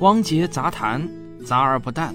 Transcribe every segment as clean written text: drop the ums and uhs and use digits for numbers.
汪杰杂谈，杂而不淡。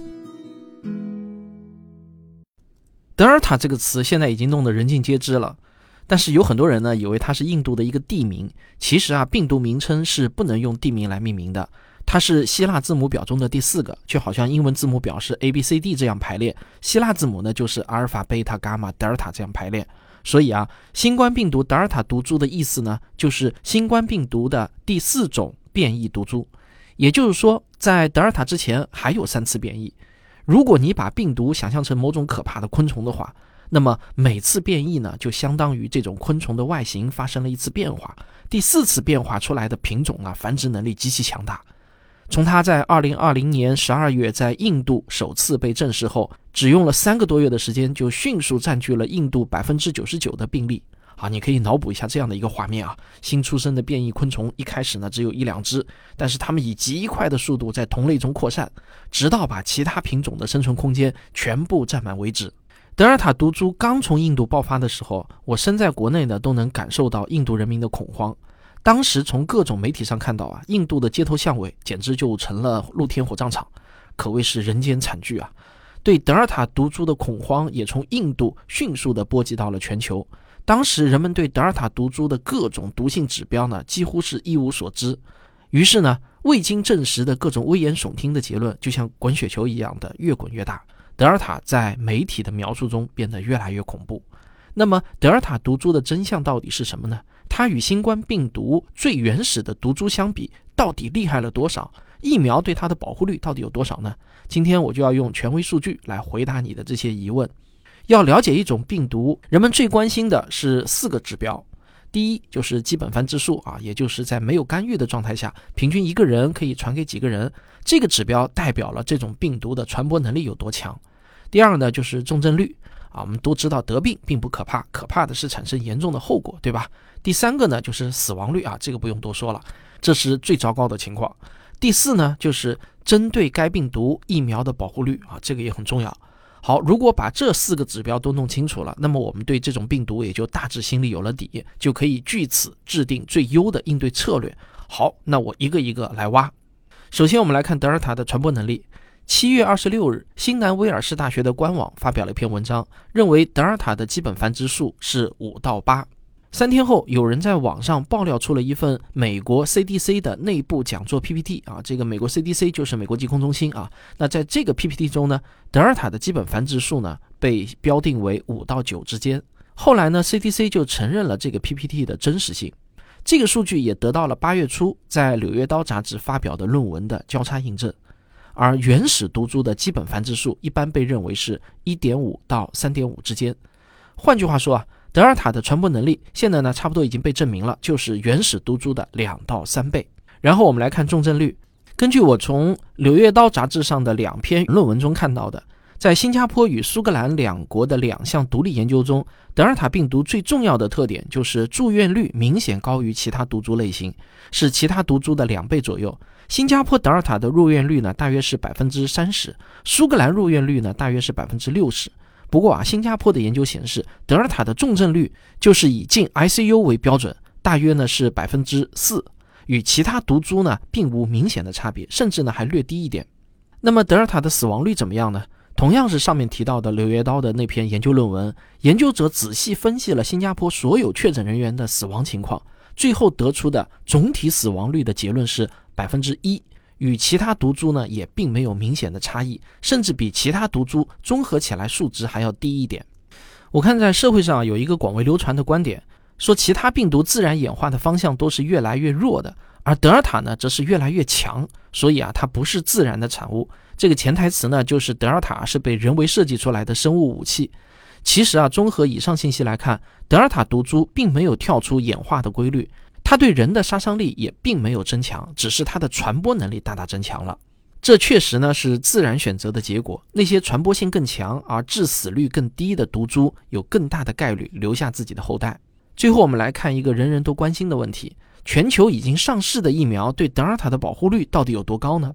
德尔塔这个词现在已经弄得人尽皆知了，但是有很多人呢以为它是印度的一个地名，其实病毒名称是不能用地名来命名的，它是希腊字母表中的第4个，就好像英文字母表是 ABCD 这样排列，希腊字母呢就是阿尔法、贝塔、伽马、德尔塔这样排列。所以新冠病毒德尔塔毒株的意思呢，就是新冠病毒的第4种变异毒株。也就是说，在德尔塔之前还有3次变异。如果你把病毒想象成某种可怕的昆虫的话，那么每次变异呢，就相当于这种昆虫的外形发生了一次变化。第4次变化出来的品种繁殖能力极其强大。从它在2020年12月在印度首次被证实后，只用了3个多月的时间，就迅速占据了印度 99% 的病例。你可以脑补一下这样的一个画面新出生的变异昆虫一开始呢只有1-2只，但是它们以极快的速度在同类中扩散，直到把其他品种的生存空间全部占满为止。德尔塔毒株刚从印度爆发的时候，我身在国内呢都能感受到印度人民的恐慌。当时从各种媒体上看到印度的街头巷尾简直就成了露天火葬场，可谓是人间惨剧对德尔塔毒株的恐慌也从印度迅速地波及到了全球。当时人们对德尔塔毒株的各种毒性指标呢，几乎是一无所知。于是呢，未经证实的各种危言耸听的结论，就像滚雪球一样的越滚越大。德尔塔在媒体的描述中变得越来越恐怖。那么，德尔塔毒株的真相到底是什么呢？它与新冠病毒最原始的毒株相比，到底厉害了多少？疫苗对它的保护率到底有多少呢？今天我就要用权威数据来回答你的这些疑问。要了解一种病毒，人们最关心的是4个指标。第一就是基本繁殖数也就是在没有干预的状态下，平均一个人可以传给几个人，这个指标代表了这种病毒的传播能力有多强。第二呢就是重症率我们都知道得病并不可怕，可怕的是产生严重的后果，对吧？第3个呢就是死亡率这个不用多说了，这是最糟糕的情况。第4呢就是针对该病毒疫苗的保护率这个也很重要。好，如果把这4个指标都弄清楚了，那么我们对这种病毒也就大致心里有了底，就可以据此制定最优的应对策略。好，那我一个一个来挖。首先我们来看德尔塔的传播能力。7月26日，新南威尔士大学的官网发表了一篇文章，认为德尔塔的基本繁殖数是5到8。3天后，有人在网上爆料出了一份美国 CDC 的内部讲座 PPT 这个美国 CDC 就是美国疾控中心那在这个 PPT 中呢，德尔塔的基本繁殖数呢被标定为5到9之间。后来呢 CDC 就承认了这个 PPT 的真实性，这个数据也得到了8月初在《柳叶刀》杂志发表的论文的交叉印证。而原始毒株的基本繁殖数一般被认为是 1.5 到 3.5 之间。换句话说德尔塔的传播能力现在呢差不多已经被证明了，就是原始毒株的2到3倍。然后我们来看重症率。根据我从《柳叶刀》杂志上的2篇论文中看到的，在新加坡与苏格兰2国的2项独立研究中，德尔塔病毒最重要的特点就是住院率明显高于其他毒株类型，是其他毒株的2倍左右。新加坡德尔塔的入院率呢大约是 30%， 苏格兰入院率呢大约是 60%。不过新加坡的研究显示，德尔塔的重症率就是以进 ICU 为标准，大约呢是 4%， 与其他毒株呢并无明显的差别，甚至呢还略低一点。那么德尔塔的死亡率怎么样呢？同样是上面提到的柳叶刀的那篇研究论文，研究者仔细分析了新加坡所有确诊人员的死亡情况，最后得出的总体死亡率的结论是 1%，与其他毒株呢也并没有明显的差异，甚至比其他毒株综合起来数值还要低一点。我看在社会上有一个广为流传的观点，说其他病毒自然演化的方向都是越来越弱的，而德尔塔呢则是越来越强，所以它不是自然的产物。这个潜台词呢就是德尔塔是被人为设计出来的生物武器。其实综合以上信息来看，德尔塔毒株并没有跳出演化的规律，它对人的杀伤力也并没有增强，只是它的传播能力大大增强了。这确实呢是自然选择的结果，那些传播性更强而致死率更低的毒株有更大的概率留下自己的后代。最后我们来看一个人人都关心的问题，全球已经上市的疫苗对德尔塔的保护率到底有多高呢？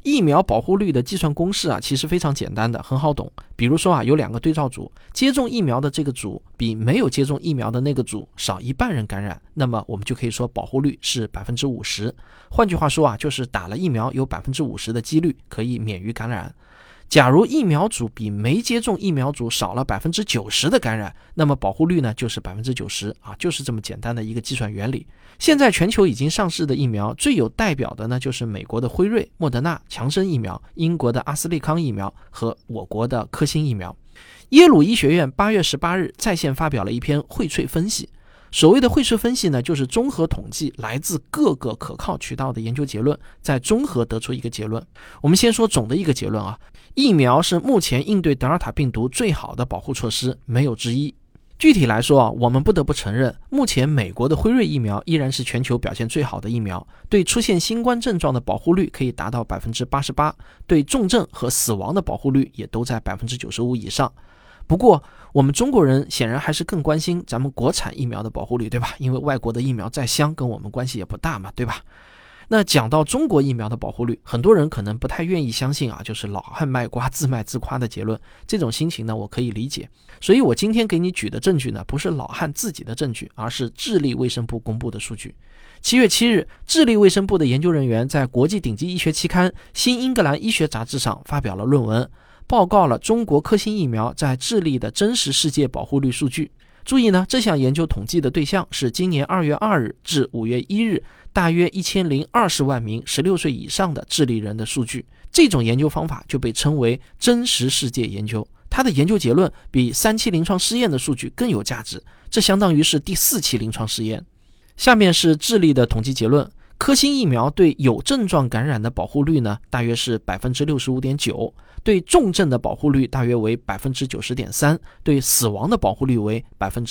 疫苗保护率的计算公式其实非常简单的，很好懂。比如说有2个对照组，接种疫苗的这个组比没有接种疫苗的那个组少1半人感染，那么我们就可以说保护率是 50%。 换句话说就是打了疫苗有 50% 的几率可以免于感染。假如疫苗组比没接种疫苗组少了 90% 的感染，那么保护率呢就是 90%， 就是这么简单的一个计算原理。现在全球已经上市的疫苗最有代表的呢就是美国的辉瑞、莫德纳、强生疫苗，英国的阿斯利康疫苗和我国的科兴疫苗。耶鲁医学院8月18日在线发表了一篇荟萃分析。所谓的荟萃分析呢，就是综合统计来自各个可靠渠道的研究结论，再综合得出一个结论。我们先说总的一个结论疫苗是目前应对德尔塔病毒最好的保护措施，没有之一。具体来说我们不得不承认，目前美国的辉瑞疫苗依然是全球表现最好的疫苗，对出现新冠症状的保护率可以达到 88%， 对重症和死亡的保护率也都在 95% 以上。不过我们中国人显然还是更关心咱们国产疫苗的保护率，对吧？因为外国的疫苗再香跟我们关系也不大嘛，对吧？那讲到中国疫苗的保护率，很多人可能不太愿意相信就是老汉卖瓜自卖自夸的结论。这种心情呢我可以理解，所以我今天给你举的证据呢不是老汉自己的证据，而是智利卫生部公布的数据。7月7日，智利卫生部的研究人员在国际顶级医学期刊《新英格兰医学杂志》上发表了论文，报告了中国科兴疫苗在智利的真实世界保护率数据。注意呢，这项研究统计的对象是今年2月2日至5月1日大约1020万名16岁以上的智利人的数据。这种研究方法就被称为真实世界研究，它的研究结论比3期临床试验的数据更有价值，这相当于是第4期临床试验。下面是智利的统计结论，科兴疫苗对有症状感染的保护率呢大约是 65.9%， 对重症的保护率大约为 90.3%， 对死亡的保护率为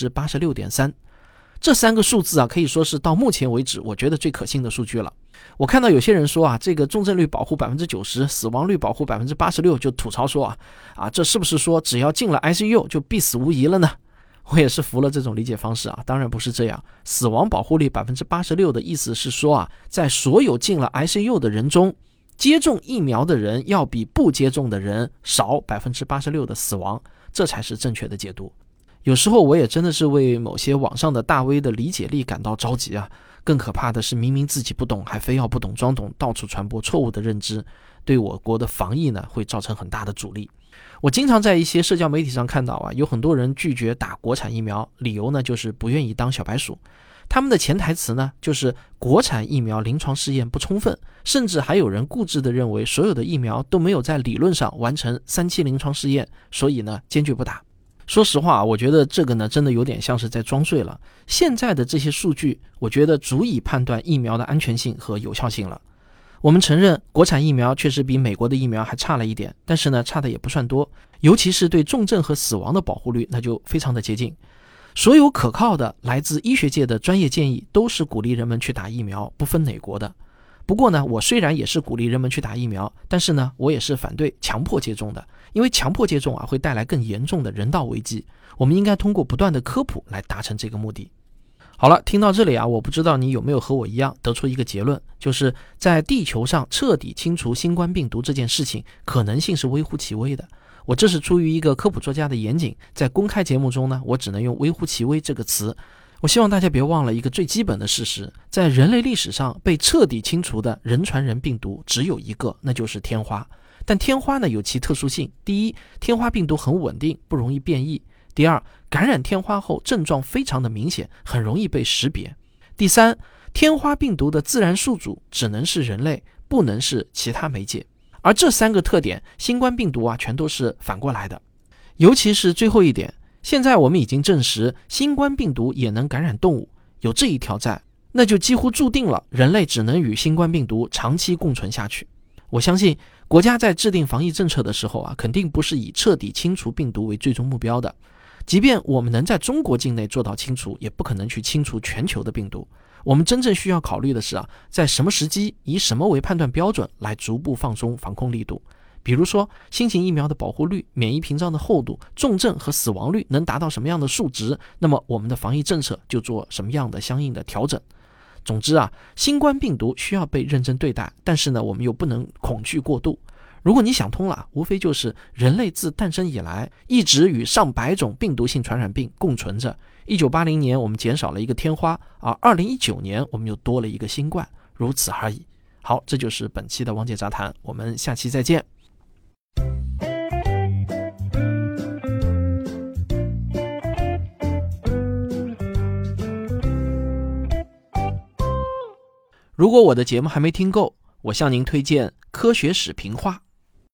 86.3%。 这3个数字可以说是到目前为止我觉得最可信的数据了。我看到有些人说这个重症率保护 90%， 死亡率保护 86%， 就吐槽说这是不是说只要进了 ICU 就必死无疑了呢？我也是服了这种理解方式当然不是这样。死亡保护率 86% 的意思是说在所有进了 ICU 的人中，接种疫苗的人要比不接种的人少 86% 的死亡，这才是正确的解读。有时候我也真的是为某些网上的大 V 的理解力感到着急更可怕的是明明自己不懂还非要不懂装懂，到处传播错误的认知，对我国的防疫呢会造成很大的阻力。我经常在一些社交媒体上看到有很多人拒绝打国产疫苗，理由呢就是不愿意当小白鼠。他们的潜台词呢就是国产疫苗临床试验不充分，甚至还有人固执地认为所有的疫苗都没有在理论上完成3期临床试验，所以呢坚决不打。说实话我觉得这个呢真的有点像是在装睡了。现在的这些数据我觉得足以判断疫苗的安全性和有效性了。我们承认国产疫苗确实比美国的疫苗还差了一点，但是呢差的也不算多，尤其是对重症和死亡的保护率那就非常的接近。所有可靠的来自医学界的专业建议都是鼓励人们去打疫苗，不分哪国的。不过呢我虽然也是鼓励人们去打疫苗，但是呢我也是反对强迫接种的，因为强迫接种会带来更严重的人道危机。我们应该通过不断的科普来达成这个目的。好了，听到这里我不知道你有没有和我一样得出一个结论，就是在地球上彻底清除新冠病毒这件事情可能性是微乎其微的。我这是出于一个科普作家的严谨，在公开节目中呢我只能用微乎其微这个词。我希望大家别忘了一个最基本的事实，在人类历史上被彻底清除的人传人病毒只有一个，那就是天花。但天花呢有其特殊性，第一，天花病毒很稳定，不容易变异；第二，感染天花后症状非常的明显，很容易被识别；第三，天花病毒的自然宿主只能是人类，不能是其他媒介。而这3个特点，新冠病毒全都是反过来的。尤其是最后一点，现在我们已经证实新冠病毒也能感染动物，有这一条在，那就几乎注定了人类只能与新冠病毒长期共存下去。我相信国家在制定防疫政策的时候肯定不是以彻底清除病毒为最终目标的。即便我们能在中国境内做到清除，也不可能去清除全球的病毒。我们真正需要考虑的是在什么时机，以什么为判断标准来逐步放松防控力度。比如说新型疫苗的保护率、免疫屏障的厚度、重症和死亡率能达到什么样的数值，那么我们的防疫政策就做什么样的相应的调整。 总之啊，新冠病毒需要被认真对待，但是呢，我们又不能恐惧过度。如果你想通了，无非就是人类自诞生以来一直与上百种病毒性传染病共存着。1980年我们减少了一个天花，而2019年我们又多了一个新冠，如此而已。好，这就是本期的汪姐杂谈，我们下期再见。如果我的节目还没听够，我向您推荐《科学史评话》，